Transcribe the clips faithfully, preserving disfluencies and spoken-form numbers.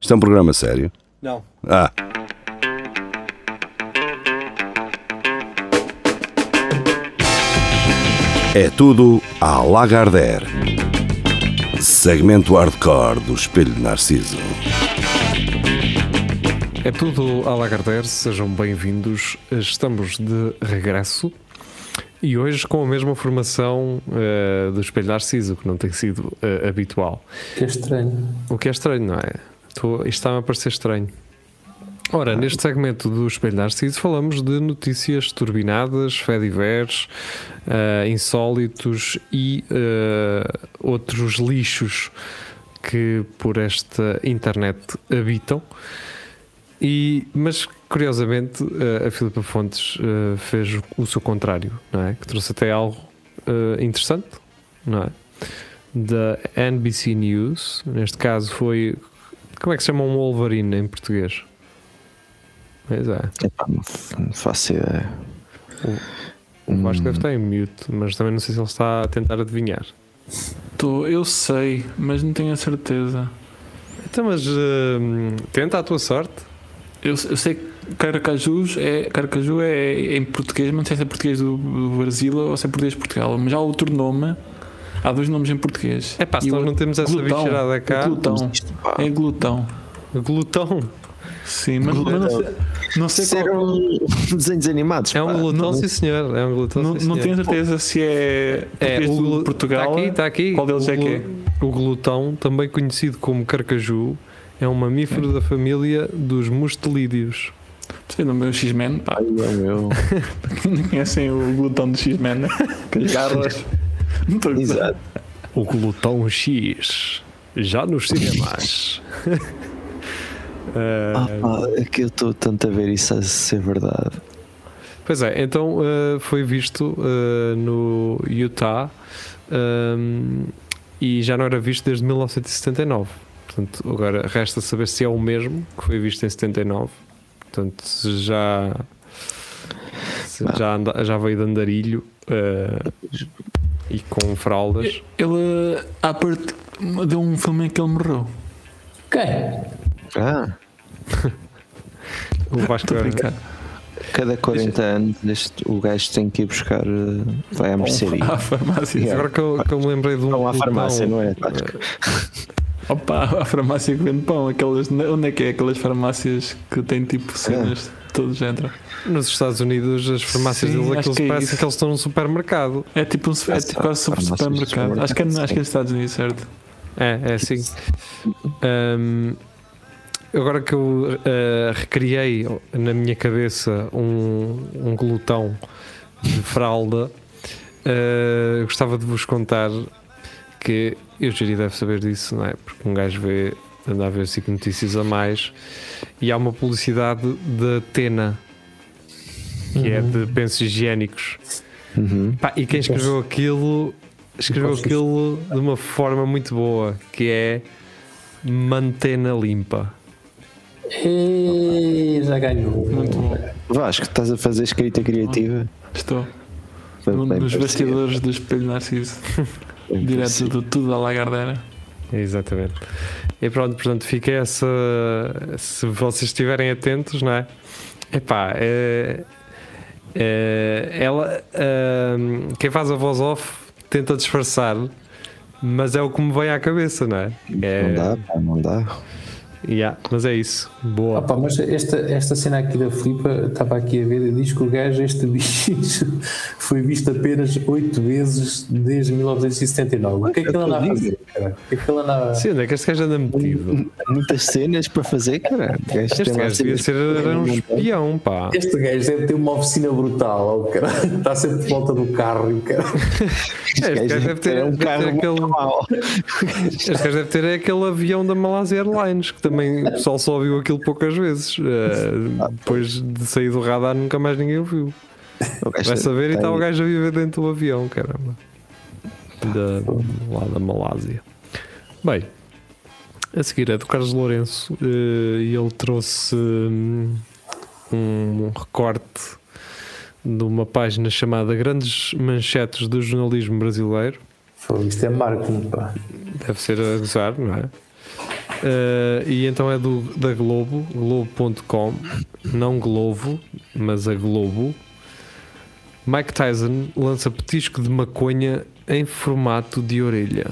Isto é um programa sério? Não. Ah. É tudo à Lagardère. Segmento hardcore do Espelho de Narciso. É tudo à Lagardère, sejam bem-vindos. Estamos de regresso e hoje com a mesma formação uh, do Espelho de Narciso, que não tem sido uh, habitual. Que é estranho. O que é estranho, não é? Tô, isto está-me a parecer estranho. Ora, neste segmento do Espelho de Narciso falamos de notícias turbinadas, fediveres, uh, insólitos e uh, outros lixos que por esta internet habitam. E, mas curiosamente uh, a Filipa Fontes uh, fez o seu contrário, não é? Que trouxe até algo uh, interessante, não é? Da N B C News, neste caso foi... Como é que se chama um Wolverine em português? Pois é. Epá, não faço ideia. O, o Vasco hum. deve estar em mute, mas também não sei se ele está a tentar adivinhar. Tô, eu sei, mas não tenho a certeza. Então, mas uh, tenta a tua sorte. Eu, eu sei que Caracajus é, Caracaju é em português, mas não sei se é português do, do Brasil ou se é português de Portugal. Mas há outro nome, há dois nomes em português. É pá, se nós não temos essa glutão, bicharada cá. Glutão. É glutão. Glutão? Sim, mas, mas não sei, não sei qual... Eram desenhos animados. É um glutão, sim senhor. É um glutão, não, sim, não tenho certeza se é, é o glu... Portugal. Está aqui, está aqui. Qual deles o é glu... que é? O glutão, também conhecido como carcaju, é um mamífero é. da família dos mustelídeos. Sei no meu X-Men, pá. Ai, é meu. Não conhecem o glutão do X-Men, né? Que as garras. Exato. O glutão X, já nos cinemas. uh... Ah, pá, é que eu estou tanto a ver isso a ser verdade. Pois é, então uh, foi visto uh, no Utah um, e já não era visto desde mil novecentos e setenta e nove. Portanto, agora resta saber se é o mesmo que foi visto em setenta e nove. Portanto, se já, se já, anda, já veio de andarilho uh, e com fraldas. Ele, à parte, deu um filme em que ele morreu. Quem? Ah. O Vasco. Cada quarenta anos este, o gajo tem que ir buscar, vai à mercearia. À farmácia. Yeah. Agora que eu, que eu me lembrei de um. Não, à farmácia, não é? Opa, a farmácia que vende pão, aquelas, onde é que é? Aquelas farmácias que têm tipo cenas, é. Todos entram. Nos Estados Unidos, as farmácias Sim, deles aqueles que é parecem isso. que eles estão num supermercado. É tipo um é tipo quase um supermercado. Acho que, é, acho que é nos Estados Unidos, certo? É, é assim. Um, agora que eu uh, recriei na minha cabeça um, um glutão de fralda, uh, eu gostava de vos contar que eu já deve saber disso, não é? Porque um gajo vê, anda a ver cinco notícias a mais e há uma publicidade de Atena que uhum. é de pensos higiênicos. Uhum. Pá, e quem escreveu aquilo escreveu aquilo de uma forma muito boa, que é mantena limpa. E já ganhou. Muito bom. Vasco, estás a fazer escrita criativa? Estou. No, nos bastidores do Espelho Narciso. Direto do tudo da Lagardère. Exatamente. E pronto, portanto, fica essa. Se vocês estiverem atentos, não é? Epá, é, é, ela. É, quem faz a voz off tenta disfarçar, mas é o que me vem à cabeça, não é? é não dá, pá, não dá. Yeah, mas é isso. Boa. Opa, mas esta, esta cena aqui da Filipa, estava aqui a ver e diz que o gajo, este bicho, foi visto apenas oito vezes desde mil novecentos e setenta e nove. O que é que ele anda a fazer, cara? O que é que ele anda a... Sim, onde é que este gajo anda metido? Muitas cenas para fazer, cara. Este gajo devia ser um espião, pá. Este gajo deve ter uma oficina brutal, oh, cara. Está sempre por volta do carro, cara. Este gajo deve ter, um deve ter aquele. Este gajo deve ter aquele avião da Malaysia Airlines, que também o pessoal só viu aquilo poucas vezes. Uh, depois de sair do radar, nunca mais ninguém o viu. Vai saber e está o gajo a viver dentro do avião, caramba. Da, lá da Malásia. Bem, a seguir é do Carlos Lourenço uh, e ele trouxe um, um recorte de uma página chamada Grandes Manchetes do Jornalismo Brasileiro. Isto é marketing, pá. Deve ser a gozar, não é? Uh, e então é do, da Globo, globo ponto com, não Globo, mas a Globo. Mike Tyson lança petisco de maconha em formato de orelha.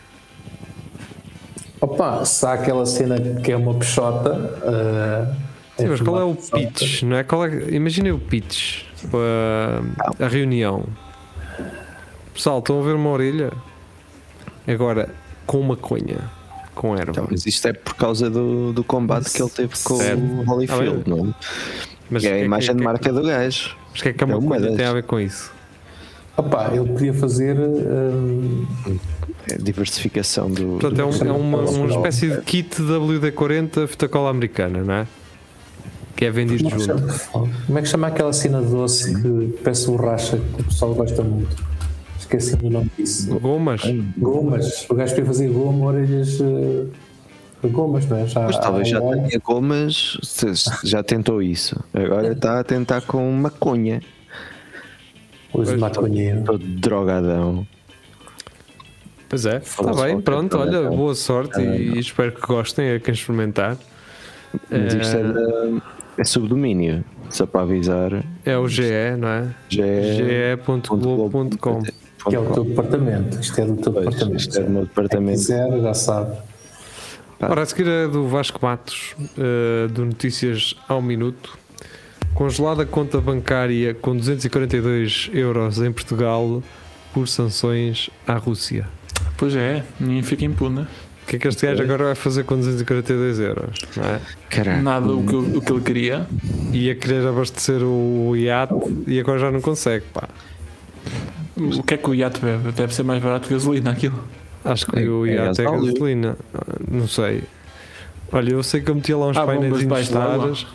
Opa, se há aquela cena que é uma peixota. Uh, Sim, mas qual é o peixota. pitch? Não é? Qual é, imaginem o pitch, tipo, a, a reunião. Pessoal, estão a ver uma orelha? Agora, com maconha, com erva. Então, mas isto é por causa do, do combate que ele teve com Certo. o Holyfield, não é? Mas Que é a que- imagem que- de que- marca do gajo. Mas o que é que a É uma maconha das- tem a ver com isso? Opa, ele podia fazer. Uh, É a diversificação do. Portanto, é, um- do- é uma, uma espécie de kit W D quarenta fita cola americana, não é? Que é vendido como, é que junto. chama, como é que chama aquela cena doce que parece borracha que o pessoal gosta muito? Esqueci o nome disso. Gomas? Gomas. O gajo podia fazer goma, orelhas. Uh, gomas, não é? Já, Mas talvez já há um óleo. tenha gomas, se- se já tentou isso. Agora está a tentar com maconha. Os de maconheiro. Todo drogadão. Pois é, está Falou bem, só pronto, que é olha, bom. boa sorte e, e espero que gostem a quem experimentar. Mas isto é, Eh, da, é subdomínio. Só para avisar. É o G E, não é? Já é. G E ponto globo ponto com. Que é o teu departamento. Isto é do teu Pois, departamento. isto é do meu Quem departamento. quiser, já sabe. Ora, a seguir é do Vasco Matos, eh, do Notícias ao Minuto. Congelada conta bancária com duzentos e quarenta e dois euros em Portugal por sanções à Rússia. Pois é, ninguém fica impune. O que é que este gajo agora vai fazer com duzentos e quarenta e dois euros? Não é? Caraca. Nada o que, o que ele queria. Ia querer abastecer o iate e agora já não consegue, pá. O que é que o iate bebe? Deve ser mais barato que gasolina aquilo. Acho que É- o é iate é gasóleo. gasolina. Não sei. Olha, eu sei que eu metia lá uns Há bombas painéis debaixo de água. solares.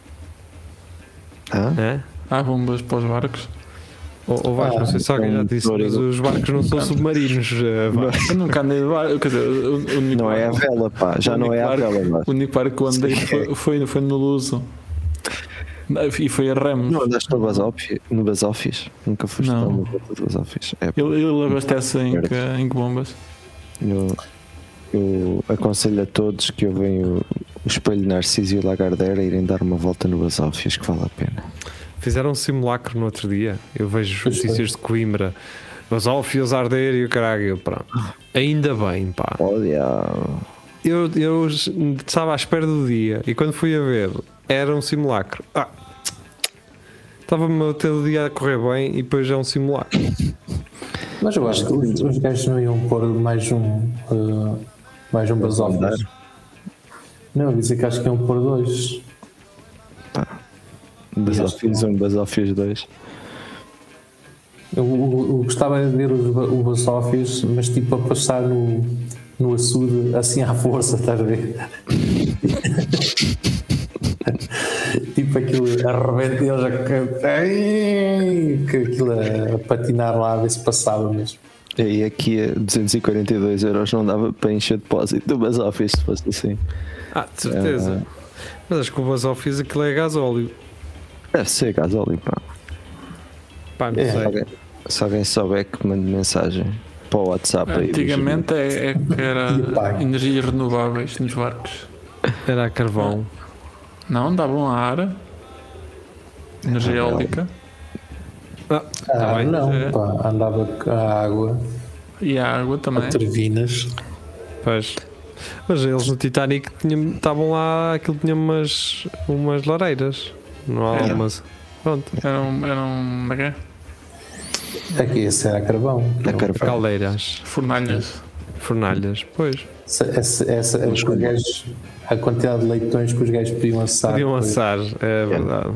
Ah? É? Há bombas para os barcos. Ou, ou vais, Ah, não sei se alguém já então, disse, mas os barcos não são submarinos. eh, vá. Eu nunca andei de barco. Quer dizer, o, o único Não é a barco- vela, pá. Já o não é a único vela, barco- mas. O único barco que eu andei foi, foi, foi no Luso. E foi a remos. Não andaste no Basófis? No Basófis? Nunca foste Não. lá no Porto de Basófis? É, Ele, ele abastece em, Certo. que- em que bombas. eu, eu aconselho a todos que ouvem o, o Espelho Narciso e o Lagardère a irem dar uma volta no Basófis, que vale a pena. Fizeram um simulacro no outro dia. Eu vejo Pois notícias de Coimbra. Basófios a arder e o caralho. Eu, pronto. Ainda bem, pá. Olha, Eu, eu estava à espera do dia e quando fui a ver, era um simulacro. Ah, estava-me a ter o dia a correr bem e depois é um simulacro. Mas eu acho que os, os gajos não iam pôr mais um. Uh, mais um basófilos. Não, eu ia dizer que acho que iam pôr dois. Basófis um, Basófis dois. Eu, eu- eu gostava de ver os, ba- o basófilos, mas tipo a passar no, no açude assim à força, estás a ver? Tipo aquilo arrebenta eles a, ai, que aquilo a, a patinar lá a ver se passava mesmo. E aqui a duzentos e quarenta e dois euros não dava para encher depósito do Basófis se fosse assim. Ah, de certeza. Mas acho que o Basófios aquilo é gasóleo. Deve ser gasóleo, pá. Pá, não É. Se sei. alguém, se alguém souber que mande mensagem para o WhatsApp aí. Antigamente é, é que era E paga. energias renováveis nos barcos. Era a carvão. Não, davam a ar. Energia Ah, eólica. Ah, Ah, tá bem. não, É. pá, andava a água, E a água também. a turbinas. Pois. Mas eles no Titanic tinham- estavam lá, aquilo tinha umas, umas lareiras. Não há É. umas. Pronto, Eram. eram como é que é? Aqui esse era carvão. A carvão. caldeiras, Fornalhas. fornalhas. Pois. Essa, essa, essa, os gajos, a quantidade de leitões que os gajos podiam assar. Podiam foi- assar, é verdade.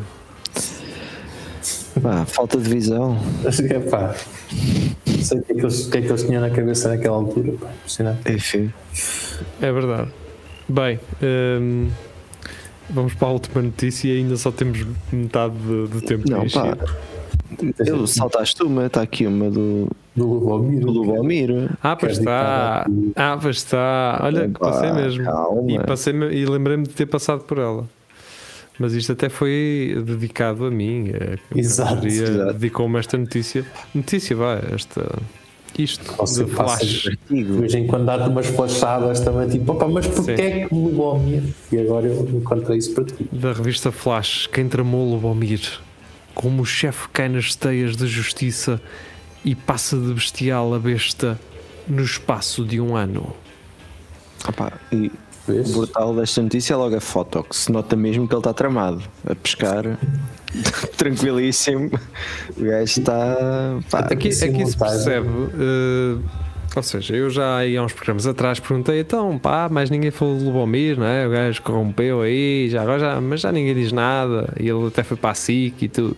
Pá, falta de visão. É pá, não sei o que, é que eles, o que é que eles tinham na cabeça naquela altura. Pá, impressionante. Enfim. É verdade. Bem, hum, vamos para a última notícia e ainda só temos metade do, do tempo Não, pá. preenchido. Eu saltaste uma, está aqui uma do, Do Lubomir. do Lubomir. Ah, pois Quer está. dizer, Ah, pois está. Olha, que Epá, passei mesmo. calma. E, passei e lembrei-me de ter passado por ela. Mas isto até foi dedicado a mim. eh, que a Exato, Maria exato. dedicou-me esta notícia. Notícia, vai, esta, isto Você de passa flash. de de vez em quando dá-te umas flashadas também, tipo, opa, mas porquê Sim. é que Lubomir? E agora eu encontrei isso para ti. Da revista Flash, quem tramou Lubomir como o chefe cai nas teias da justiça e passa de bestial a besta no espaço de um ano. Opa, e Vês? o brutal desta notícia é logo a foto, que se nota mesmo que ele está tramado a pescar. Tranquilíssimo. O gajo está. Pá, Aqui, Sim, aqui se montagem. percebe, eh, ou seja, eu já aí há uns programas atrás perguntei, então pá, mas ninguém falou de Lubomir, não é? O gajo corrompeu aí, já, agora já, mas já ninguém diz nada, e ele até foi para a S I C e tudo.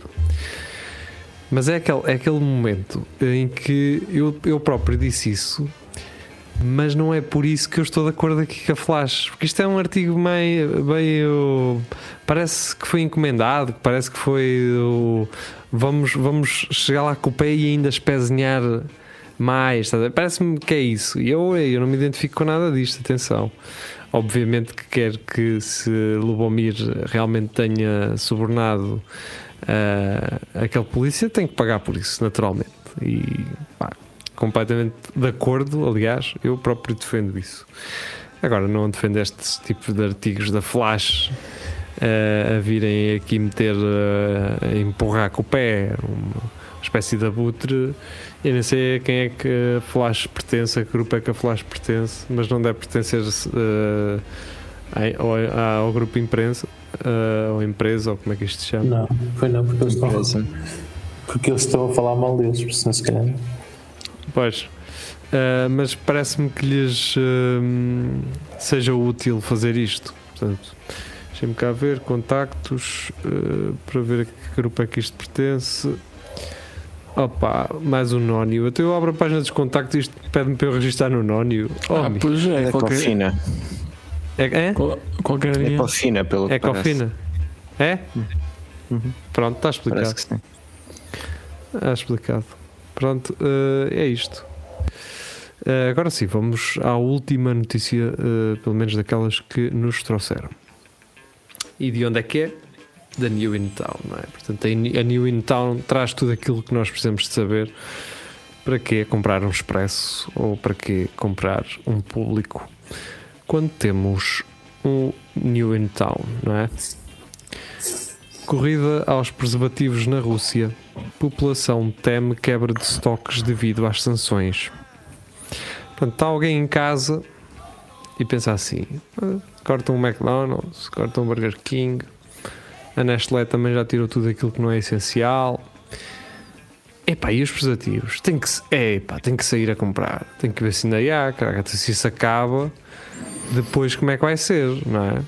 Mas é aquele, é aquele momento em que eu, eu próprio disse isso, mas não é por isso que eu estou de acordo aqui com a Flash, porque isto é um artigo meio, meio parece que foi encomendado, parece que foi o, vamos, vamos chegar lá com o pé e ainda espezinhar mais, tá a ver? Parece-me que é isso, e eu, eu não me identifico com nada disto, atenção. Obviamente que quero que, se Lubomir realmente tenha subornado uh, aquele polícia, tem que pagar por isso, naturalmente, e pá, completamente de acordo, aliás, eu próprio defendo isso. Agora, não defendo este tipo de artigos da Flash uh, a virem aqui meter, uh, a empurrar com o pé, uma espécie de abutre. Eu nem sei a quem é que a Flash pertence, a que grupo é que a Flash pertence, mas não deve pertencer uh, ao, ao grupo imprensa, uh, ou empresa, ou como é que isto se chama. Não, foi não, porque eles estão, Empresa. porque eles estão a falar mal deles, por se calhar. Pois, uh, mas parece-me que lhes uh, seja útil fazer isto. Portanto, deixem-me cá ver contactos uh, para ver a que grupo é que isto pertence. Opa, mais um Nónio. Até eu abro a página dos contactos e isto pede-me para eu registrar no Nónio. Oh, Ah, mi- pois é, É qualquer, Cofina. é, é? qual- qualquer É dia. Cofina, pelo que É parece. Cofina? É? Uhum. Pronto, está explicado. Parece que sim. Está explicado. Pronto, uh, é isto. Uh, agora sim, vamos à última notícia, uh, pelo menos daquelas que nos trouxeram. E de onde é que é? Da New In Town, não é? Portanto, a New In Town traz tudo aquilo que nós precisamos de saber. Para que comprar um expresso ou para que comprar um público quando temos um New In Town, não é? Corrida aos preservativos na Rússia. População teme quebra de estoques devido às sanções. Portanto, está alguém em casa e pensa assim: ah, corta um McDonald's, corta um Burger King, a Nestlé também já tirou tudo aquilo que não é essencial. Epá, e os preservativos? Tem que, epá, tem que sair a comprar. Tem que ver se ainda há, caraca, se isso acaba, depois como é que vai ser, não é?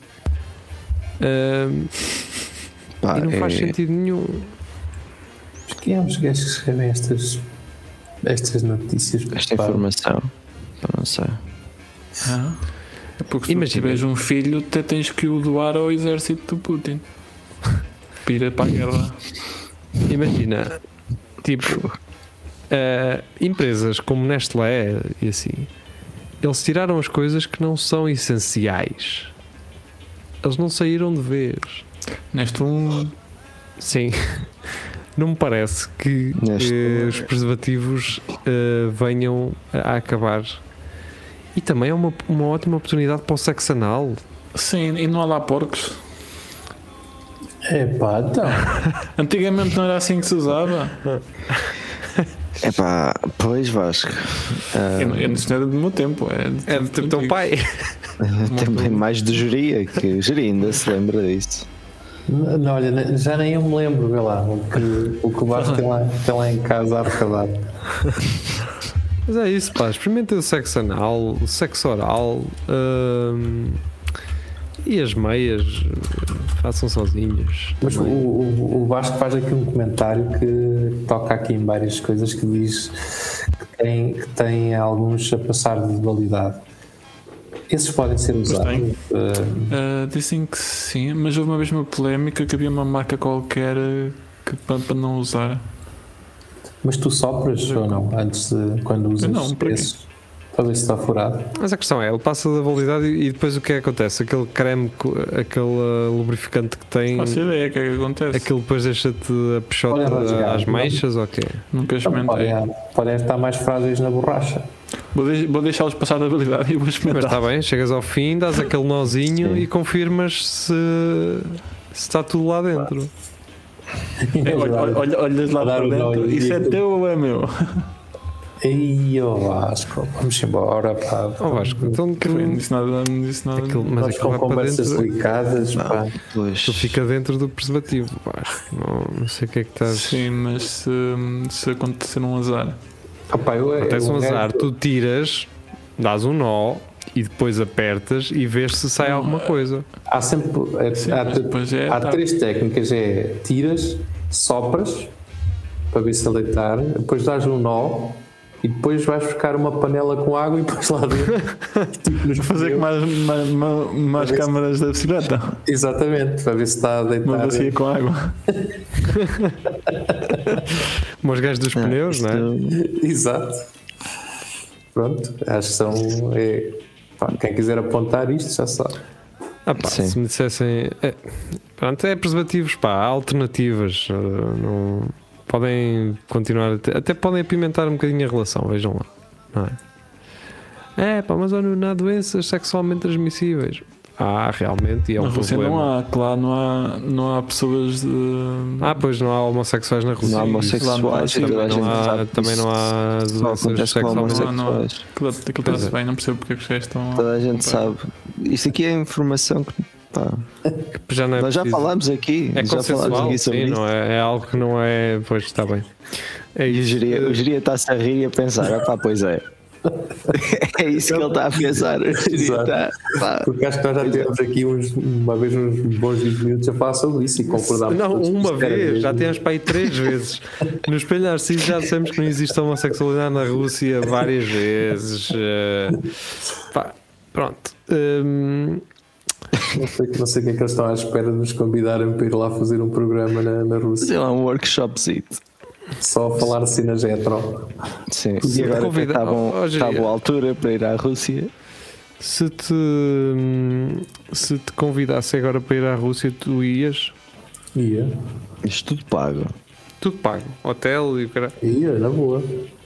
Ahm, Pá, e não faz é- sentido nenhum. Mas quem é os gajos que escrevem estas, estas notícias? Esta Pá, informação. Pá, não sei. Ah. É porque se tu Imagina. tiveres um filho, até tens que o doar ao exército do Putin. Pira para a guerra. Imagina, tipo, ah, empresas como Nestlé e assim, eles tiraram as coisas que não são essenciais. Eles não saíram de vez. Neste um. Sim. Não me parece que Neste- eh, os preservativos eh, venham a acabar. E também é uma, uma ótima oportunidade para o sexo anal. Sim, e não há lá porcos. É pá, então. Antigamente não era assim que se usava. É pá, pois Vasco. Ah, Eu, eu, isso não é do meu tempo. É, É do teu teu pai. também mais de Geria, que o Geria ainda se lembra disso. Não, não, olha, já nem eu me lembro, vê lá, o que o, que o Vasco tem lá, tem lá em casa arrecadado. Mas é isso, pá. Experimentem o sexo anal, o sexo oral hum, e as meias. Façam sozinhos. Mas o, também. o, o Vasco faz aqui um comentário que toca aqui em várias coisas, que diz que tem, que tem alguns a passar de validade. Esses podem ser usados. tem. Uh, Uh, dizem que sim, mas houve uma vez uma polémica que havia uma marca qualquer uh, que, para, para não usar. mas tu sopras ou não? Antes de quando usas não, para quê? esses? para ver se está furado. Mas a questão é, ele passa da validade e e depois o que é que acontece? Aquele creme, co- aquele uh, lubrificante que tem, Faço ideia o que é que acontece. aquilo depois deixa-te a peixota Olha, rasgar, às não? manchas ou quê? Nunca experimentei. Podem, podem estar mais frágeis na borracha. Vou, deix- vou deixá-los passar da validade e vou Mas experimentar. está bem, chegas ao fim, dás aquele nozinho Sim. e confirmas se, se está tudo lá dentro. É, olha, olha, olha, olhas lá Dar para o nó dentro, e- isso é teu ou é meu? Ei, ó Vasco, vamos embora, pá. Oh Vasco, então tu, Não disse nada, não disse nada. aquilo, mas Nós aquilo com vai para conversas dentro, delicadas, pá. Pois. tu fica dentro do preservativo, Vasco. Não, não sei o que é que estás. Sim, mas se, se acontecer um azar. Opa, eu, Acontece eu- um azar, eu- tu tiras, dás um nó e depois apertas e vês se sai alguma coisa. Há sempre. é- Sim, há mas depois é há tarde. três técnicas: é tiras, sopras para ver se ele deitar, depois dás um nó e depois vais buscar uma panela com água e pões lá dentro. tipo nos Fazer com pneus. mais, mais, mais, mais câmaras da bicicleta. Exatamente, para ver se está a Uma deitar. bacia com água. Como os gajos dos pneus, não é? Exato. Pronto, acho que são. É, pá, quem quiser apontar isto já sabe. Ah, pá, Sim. se me dissessem. É, pronto, é preservativos, pá, há alternativas. uh, Não, podem continuar. a ter- até podem apimentar um bocadinho a relação, vejam lá. Não é? É, pá, mas olha, não há doenças sexualmente transmissíveis. Ah, realmente, e é um Na Rússia problema. não há, claro, não há, não há pessoas de. Ah, pois não há homossexuais na Rússia. Não há homossexuais e toda a Também gente não há, sabe também não há Só doenças acontece com sexualmente. Não, não. homossexuais. Aquilo, aquilo Pois está-se é. bem, não percebo porque é que os gajos estão. Toda a gente sabe. Isto aqui é informação que. Pá, Já não é nós já preciso. falámos aqui. É já falámos consensual, aqui sobre sim, isso. não é? É algo que não é. Pois está bem. É E o isso. geria, o geria está-se a rir e a pensar: ah, pá, pois é. É isso que ele está a pensar. O geria Exato. está, pá. Porque acho que nós já tivemos aqui uns, uma vez uns bons vinte minutos a falar sobre isso e concordámos. Não, todos que uma isto era vez, já mesmo. temos para aí três vezes. No Espelho Narciso já dissemos que não existe homossexualidade na Rússia várias vezes. eh, pá, pronto. Hum, Não sei, não sei o que é que eles estão à espera de nos convidarem para ir lá fazer um programa na, na Rússia. Sei lá, um workshopzito. Só a falar assim na Getro. Sim. Podia E agora que convidar- estavam Oh, oh, geria. estavam à altura para ir à Rússia. se te hum, se te convidasse agora para ir à Rússia, tu ias? Ia, Isto tudo pago. Tudo pago. Hotel e o cara. ia, na boa.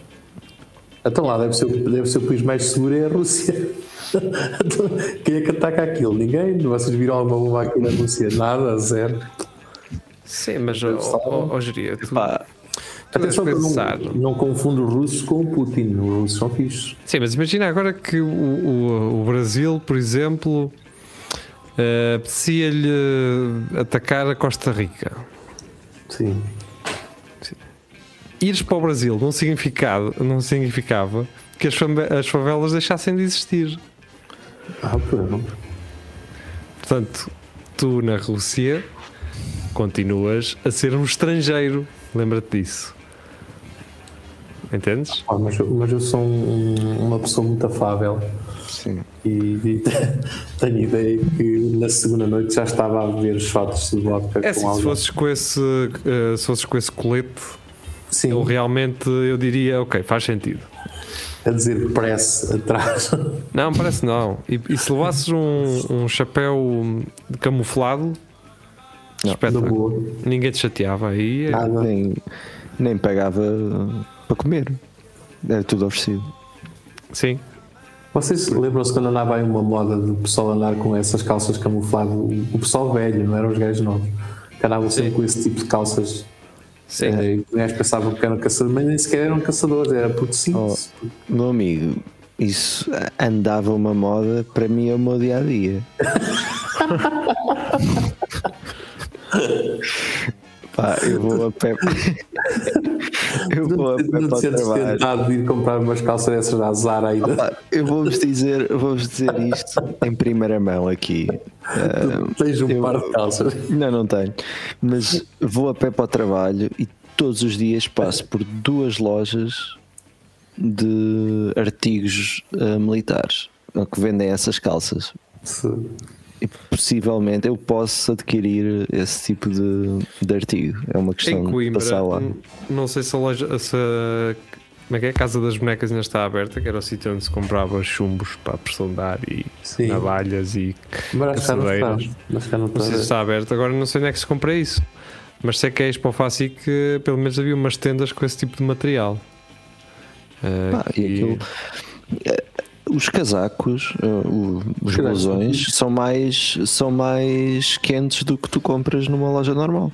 Então lá deve ser, deve ser o país mais seguro é a Rússia. Então, quem é que ataca aquilo? Ninguém? Vocês viram alguma bomba aqui na Rússia? Nada, zero. Sim, mas ó geria, tu, Pá, tu deves Atenção que eu pensar. não, não confundo os russos com o Putin. Os russos são fixos. Sim, mas imagina agora que o, o, o Brasil, por exemplo, uh, apetecia-lhe atacar a Costa Rica. Sim. Ires para o Brasil não, significado, não significava que as, fame- as favelas deixassem de existir. Ah, pronto. Portanto, tu na Rússia continuas a ser um estrangeiro. Lembra-te disso. Entendes? Ah, mas, eu- mas eu sou um- uma pessoa muito afável sim. e, e tenho ideia que na segunda noite já estava a beber shots de vodka É com assim, se alguém. fosses com esse, uh, se fosses com esse colete, Sim, eu realmente eu diria, ok, faz sentido. a dizer press atrás. Não, parece não. E, e se levasses um, um chapéu camuflado, Da espetáculo. boa. Ninguém te chateava aí. é- Nada. Nem, nem pagava para comer. Era tudo oferecido. Sim. Vocês lembram-se quando andava aí uma moda do pessoal andar com essas calças camufladas? O o pessoal velho, não eram os gajos novos. Que andavam sempre com esse tipo de calças. Sim. Eh, e os gajos pensavam que eram caçadores, mas nem sequer eram caçadores, era porque sim. Oh. Meu amigo, isso andava uma moda, para mim é o meu dia a dia. Pá, eu vou a pé. Eu vou a pé Não para te o sentes trabalho. tentado de ir comprar umas calças dessas da Zara ainda. Pá, eu vou-vos dizer, eu vou-vos dizer isto em primeira mão aqui. Ah, Tens um eu- par de calças. Não, não tenho. Mas vou a pé para o trabalho e todos os dias passo por duas lojas de artigos ah, militares que vendem essas calças. Se- E possivelmente eu posso adquirir esse tipo de, de artigo. É uma questão Em de Coimbra, passar lá. n- não sei se a loja, se a- Como é que é? A Casa das Bonecas ainda está aberta, que era o sítio onde se comprava chumbos para a pressão de ar e Sim. navalhas e Mas já não está. caçadeiras. Mas já não Não sei se está. está aberto, agora não sei onde é que se compra isso. Mas sei que é Expo Faci que pelo menos havia umas tendas com esse tipo de material. Uh, Pá, e que- aquilo- eh, os casacos, eh, o- os Casacos. blusões são mais, são mais quentes do que tu compras numa loja normal.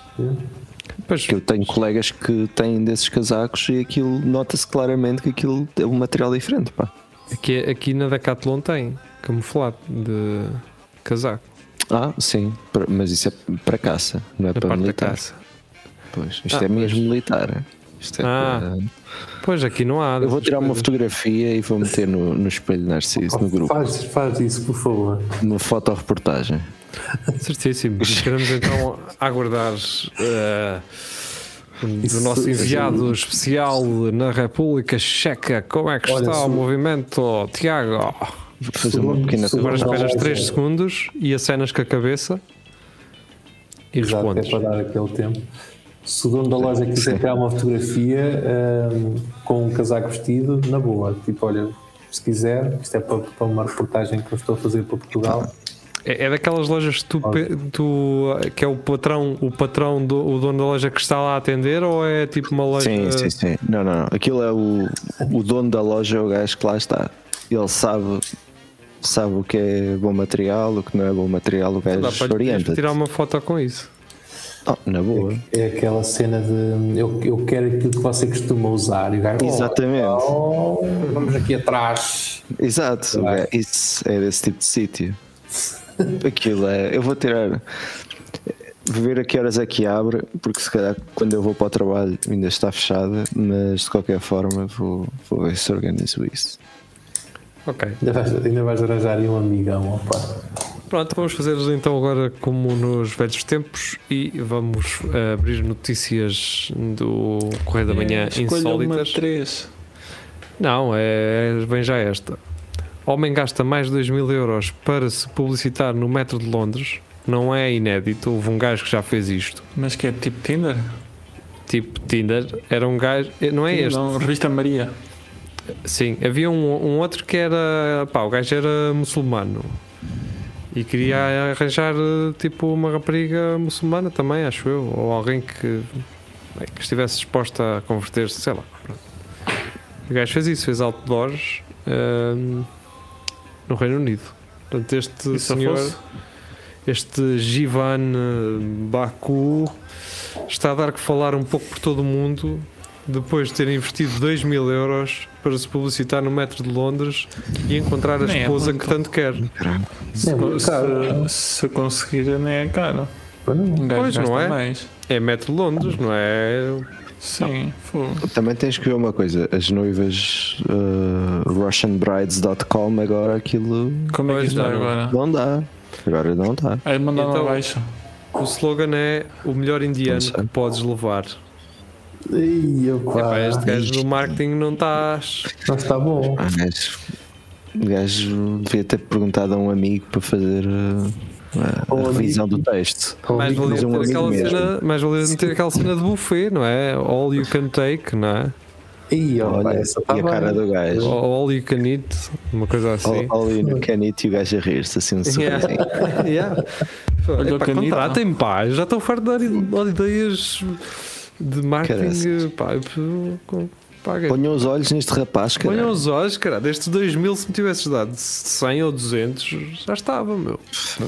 Pois, Que eu tenho colegas que têm desses casacos e aquilo nota-se claramente que aquilo é um material diferente. Pá. aqui, aqui na Decathlon tem camuflado de casaco, Ah, sim, pra- mas isso é para caça, não é na para parte da militar. caça. Pois, isto Ah, é mesmo pois. militar. Isto é Ah, para- Pois aqui não há. Eu vou dessas tirar uma coisas. fotografia e vou meter no, no espelho Narciso, no grupo, Faz, faz isso, por favor. uma fotoreportagem. Certíssimo. Queremos então aguardar eh, do Isso- nosso enviado especial na República Checa. Como é que Olha, está o se- movimento, Tiago? Vou fazer uma Segundo- pequena segundo- Agora Não, esperas não, três não. segundos e acenas com a cabeça e Exato, é respondes. para dar aquele tempo. Se o dono da loja quiser tirar uma fotografia ahm, com um casaco vestido, na boa. Tipo, olha, se quiser, isto é para, para uma reportagem que eu estou a fazer para Portugal. É, é daquelas lojas que tu, pe- tu que é o patrão, o patrão do o dono da loja que está lá a atender, ou é tipo uma loja? Sim, sim, sim. Não, não, não. Aquilo é o, o dono da loja, é o gajo que lá está. Ele sabe, sabe o que é bom material, o que não é bom material, o Dá gajo para orienta. tirar uma foto com isso. Oh, na boa. É aquela cena de eu, eu quero aquilo que você costuma usar. E o gajo, Exatamente. "Oh, vamos aqui atrás. Exato, o Claro. gajo- isso é desse tipo de sítio. Aquilo é. Eu vou tirar. Vou ver a que horas é que abre, porque se calhar quando eu vou para o trabalho ainda está fechada, mas de qualquer forma vou, vou ver se organizo isso. Ok. Ainda vais, ainda vais arranjar aí um amigão. Opa. Pronto, vamos fazer então agora como nos velhos tempos e vamos eh, abrir notícias do Correio da Manhã É, escolha uma insólitas. três. Não, é, vem já esta. Homem gasta mais de dois mil euros para se publicitar no metro de Londres. Não é inédito, houve um gajo que já fez isto. Mas que é tipo Tinder? Tipo Tinder, era um gajo, não é este? Não, Revista Maria. Sim, havia um, um outro que era, pá, o gajo era muçulmano e queria arranjar tipo uma rapariga muçulmana também, acho eu, ou alguém que, bem, que estivesse disposta a converter-se, sei lá. Pronto. O gajo fez isso, fez outdoors hum, no Reino Unido. Portanto, este E se senhor, fosse? este Jivan Baku, está a dar que falar um pouco por todo o mundo depois de ter investido dois mil euros para se publicitar no metro de Londres e encontrar a Nem é esposa muito. que tanto quer. Se, É muito caro. se, se conseguir, nem é caro. Pois não. Um gajo Pois, não gasta é? mais. É metro de Londres, não é? Sim, fogo. Também tens que ver uma coisa: as noivas uh, russian brides ponto com agora aquilo Como é que Pois isso dá não. agora? não dá. Agora não dá. Aí mandaram Então- abaixo. O slogan é o melhor indiano Não sei. que podes levar. Ih, opa, Epá, este gajo do marketing não estás. não está bom. Ah, O gajo, o gajo devia ter perguntado a um amigo para fazer uh, a, Um a revisão amigo. do texto. Mais Ouvi- valia mas um ter amigo aquela mesmo. cena, mais valia ter aquela cena de buffet, não é? All you can take, não é? Ih, opa, Olha, essa está e a cara bem. do gajo. All you can eat, uma coisa assim. All, all in can eat e o gajo a rir-se assim um sorrisinho. Yeah. Yeah. Olha o Epá, canito. contratem, pá, eu já estou farto de dar i- dar ideias de marketing. Caraças. Pá, eu- com- paga. Ponham os olhos neste rapaz, cara. Ponham os olhos, cara, destes dois mil, se me tivesses dado cem ou duzentos, já estava, meu.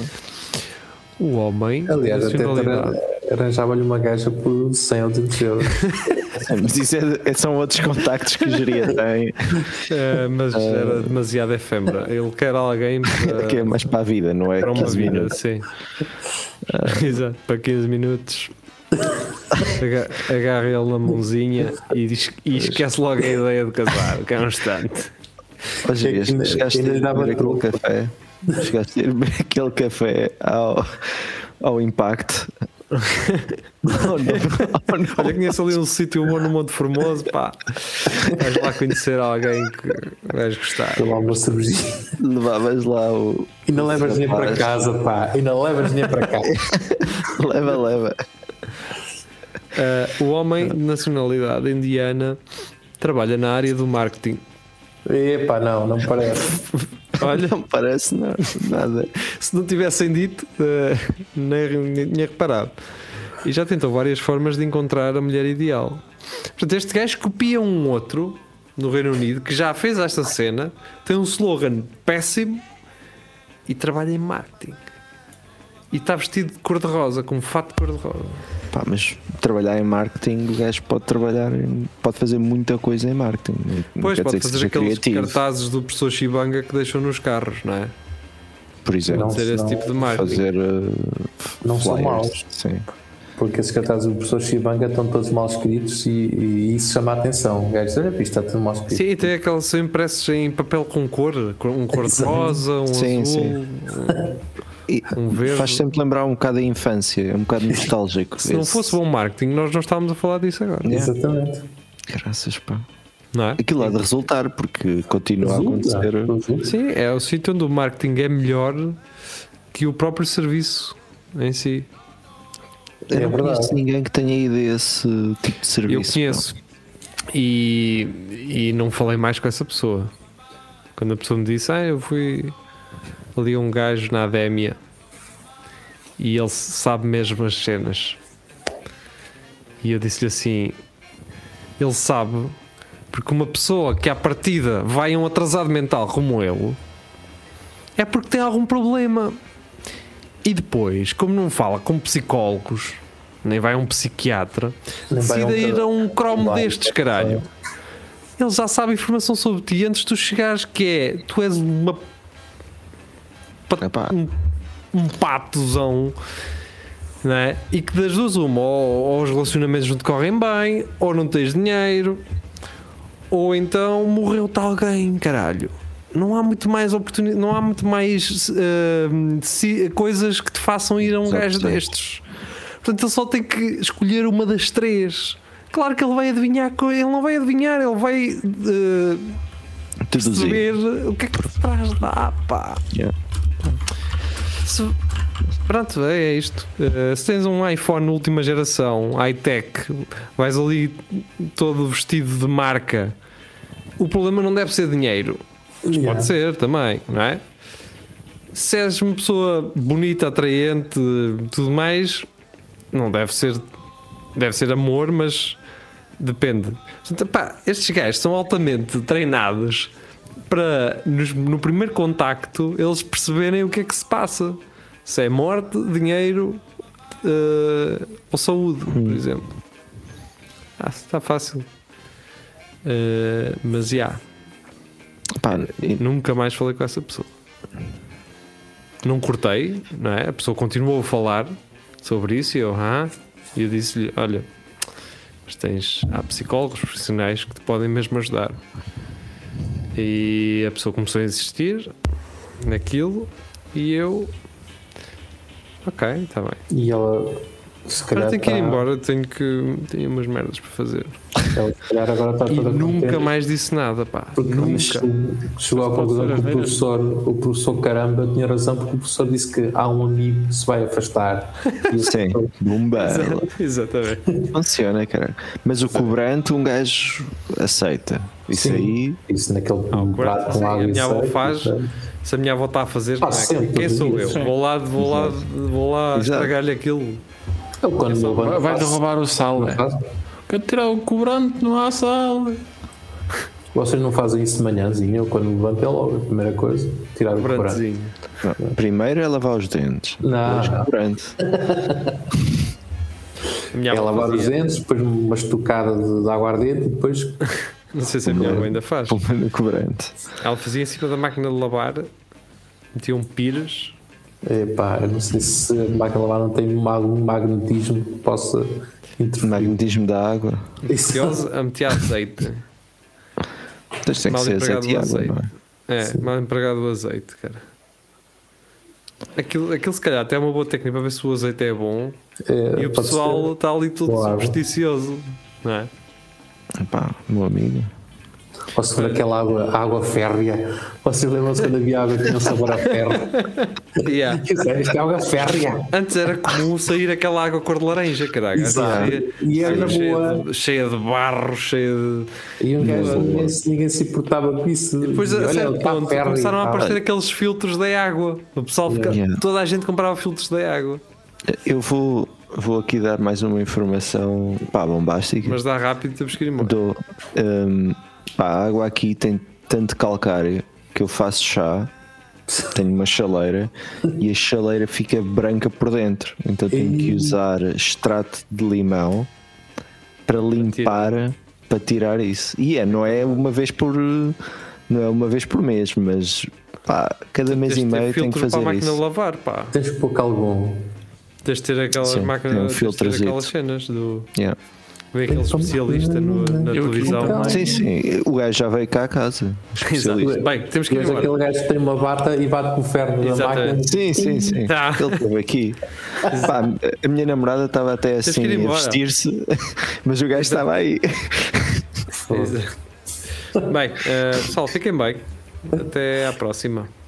O homem, Aliás, até nacionalidade. te arranjava-lhe uma gaja por cem ou duzentos euros. Mas isso é- é- são outros contactos que o geria tem, É, mas era demasiado efêmera. Ele quer alguém para, que é mais para a vida, não é? para uma quinze vida, minutos. sim. Exato, para quinze minutos. Aga- Agarra ele na mãozinha e, diz- e esquece logo a ideia de casar, que é um instante. Ó, Gerias, Ainda- chegaste a ainda ir dava beber aquele truque. café, chegaste a ir beber aquele café ao, ao impacto. Oh, não. Oh, não. Olha, conheço ali um sítio bom no Monte Formoso, pá. Vais lá conhecer alguém que vais gostar. Tomar uma cervejinha. Levavas lá o. Ainda levas dinheiro para rapaz. casa, pá. Ainda levas dinheiro para casa. Leva, leva. Uh, o homem de nacionalidade indiana trabalha na área do marketing. Epá, não, não parece. Olha, Não parece nada. nada. se não tivessem dito, uh, nem, nem tinha reparado. E já tentou várias formas de encontrar a mulher ideal. Portanto, este gajo copia um outro no Reino Unido que já fez esta cena, tem um slogan péssimo e trabalha em marketing. E está vestido de cor-de-rosa, com um fato de cor-de-rosa. Pá, mas trabalhar em marketing, o gajo pode trabalhar em, pode fazer muita coisa em marketing. Não Pois, quer pode dizer que fazer seja aqueles criativo, cartazes do professor Chibanga que deixam nos carros, não é? por exemplo. Não, Pode ser esse senão tipo de marketing. Fazer uh, Não são flyers, maus. sim. Porque esses cartazes do professor Chibanga estão todos mal escritos e, e isso chama a atenção. O gajo diz, olha, isto está tudo mal escrito. Sim, e tem aqueles são impressos em papel com cor, um cor-de-rosa, um Sim, azul, sim. E um verde. faz sempre lembrar um bocado a infância, é um bocado nostálgico. Se não esse- fosse bom marketing, nós não estávamos a falar disso agora, Yeah. Exatamente. Graças, pá. não é? Aquilo há de resultar, porque continua a Resulta, acontecer. resulta. Sim, é o sítio onde o marketing é melhor que o próprio serviço em si. Eu É não verdade. conheço ninguém que tenha ido a esse tipo de serviço. Eu conheço e, e não falei mais com essa pessoa. Quando a pessoa me disse, ah, eu fui ali a um gajo na Adémia e ele sabe mesmo as cenas. E eu disse-lhe assim: ele sabe, porque uma pessoa que à partida vai a um atrasado mental como eu é porque tem algum problema. E depois, como não fala com psicólogos, nem vai a um psiquiatra, Nem vai a um decide ir a um cromo Vai. destes, caralho. Ele já sabe informação sobre ti antes de tu chegares, que é, tu és uma pa- Epá. um, um patozão, não é? E que das duas uma, ou, ou os relacionamentos não te correm bem, ou não tens dinheiro, ou então morreu-te alguém, caralho. Não há muito mais oportunidade, não há muito mais eh, si- coisas que te façam ir a um Exato, gajo sim. destes. Portanto, ele só tem que escolher uma das três. Claro que ele vai adivinhar, co- ele não vai adivinhar, ele vai eh, Deduzir. perceber o que é que por trás dá, pá. Yeah. Se- pronto, é, é isto. Eh, se tens um iPhone última geração, high-tech, vais ali todo vestido de marca, o problema não deve ser dinheiro. Yeah. Pode ser também, não é? Se és uma pessoa bonita, atraente, tudo mais, não deve ser, deve ser amor, mas depende. Portanto, pá, estes gajos são altamente treinados para nos- no primeiro contacto eles perceberem o que é que se passa. Se é morte, dinheiro eh, ou saúde, por exemplo. Ah, está fácil. Eh, mas já. Yeah. Pá, e- Nunca mais falei com essa pessoa. Não cortei, não é? A pessoa continuou a falar sobre isso e eu, ah, e eu disse-lhe: olha, mas tens, há psicólogos profissionais que te podem mesmo ajudar. E a pessoa começou a insistir naquilo e eu, ok, está bem. E ela, se Agora calhar, tenho que ir tá- embora, tenho que tenho umas merdas para fazer. ela, se calhar agora está E toda nunca contente, mais disse nada, pá. porque Nunca. chegou, chegou à Pode conclusão ser que o a ver. professor, o professor Caramba tinha razão, porque o professor disse que há um amigo que se vai afastar. E o sim, professor- bomba. Exatamente. Funciona, cara. Mas o cobrante, um gajo aceita. Isso Sim. aí. Isso naquele Ah, o prato quarto, sim, com a água e minha avó seco, faz. sabe? Se a minha avó está a fazer, Faz não é? sempre, Quem todos sou os eu? dias. Vou lá, vou lá, vou lá Exato. estragar-lhe aquilo. Eu quando me levanto Vai-te faço- roubar o sal, é. faço. Quero tirar o cobrante, não há sal. Vocês não fazem isso de manhãzinha? Eu quando me levanto é logo a primeira coisa, tirar o cobrante. Brantezinho. Não, primeiro é lavar os dentes. Não, Depois não. cobrante. A minha É avó lavar os fazia. dentes, depois uma estocada de, de aguardente e depois Não sei se a minha avó ainda faz. Puma no cobrante. Ela fazia em cima da máquina de lavar, metiam pires. epá, eu não sei se a máquina de lavar não tem algum magnetismo que possa interferir. Magnetismo da água. Isso. Preciosa, a meter azeite. Mas tem que Mal ser empregado azeite e do água, azeite. não é? É, mal empregado o azeite, cara. Aquilo, aquilo se calhar até é uma boa técnica para ver se o azeite é bom É, e o pode pessoal ser. está ali tudo Com água. supersticioso, não é? Epá, meu amigo. Ou se for aquela água, água férrea. Vocês lembram-se quando havia água que tinha um sabor a ferro? Yeah. Isso é, isto é água férrea. Antes era comum sair aquela água cor de laranja, caralho. Exato. Assim, E era cheia, boa. de, cheia de barro, cheia de. E um gajo, ninguém, se- ninguém se importava com isso. Depois, a Olha, certo está ponto, férrea. começaram a Ah, aparecer aqueles filtros da água. O pessoal fica, Yeah. toda a gente comprava filtros da água. Eu vou, vou aqui dar mais uma informação pá, bombástica. Mas dá rápido, temos que ir embora. Dou, hum, pá, a água aqui tem tanto calcário que eu faço chá, tenho uma chaleira e a chaleira fica branca por dentro, então tenho que usar extrato de limão para limpar, para tirar isso. E é, não é uma vez por não é uma vez por mês, mas pá, cada mês Tens e de ter meio tenho que filtro para a fazer máquina de isso. lavar, pá. Tens pouco algum. Tens de ter aquelas Sim, máquinas, tem um tens de ter filtrozito. aquelas cenas do. Yeah. Vê aquele especialista no- na Eu aqui televisão. também. Sim, sim, o gajo já veio cá a casa. Especialista. Bem, temos que ir Mas embora. aquele gajo tem uma bata e bate com o ferro da Exatamente. máquina. Sim, sim, sim. Tá. Ele esteve aqui. Pá, a minha namorada estava até Tens que assim ir a embora. vestir-se, mas o gajo estava aí. Bem, eh, pessoal, fiquem bem. Até à próxima.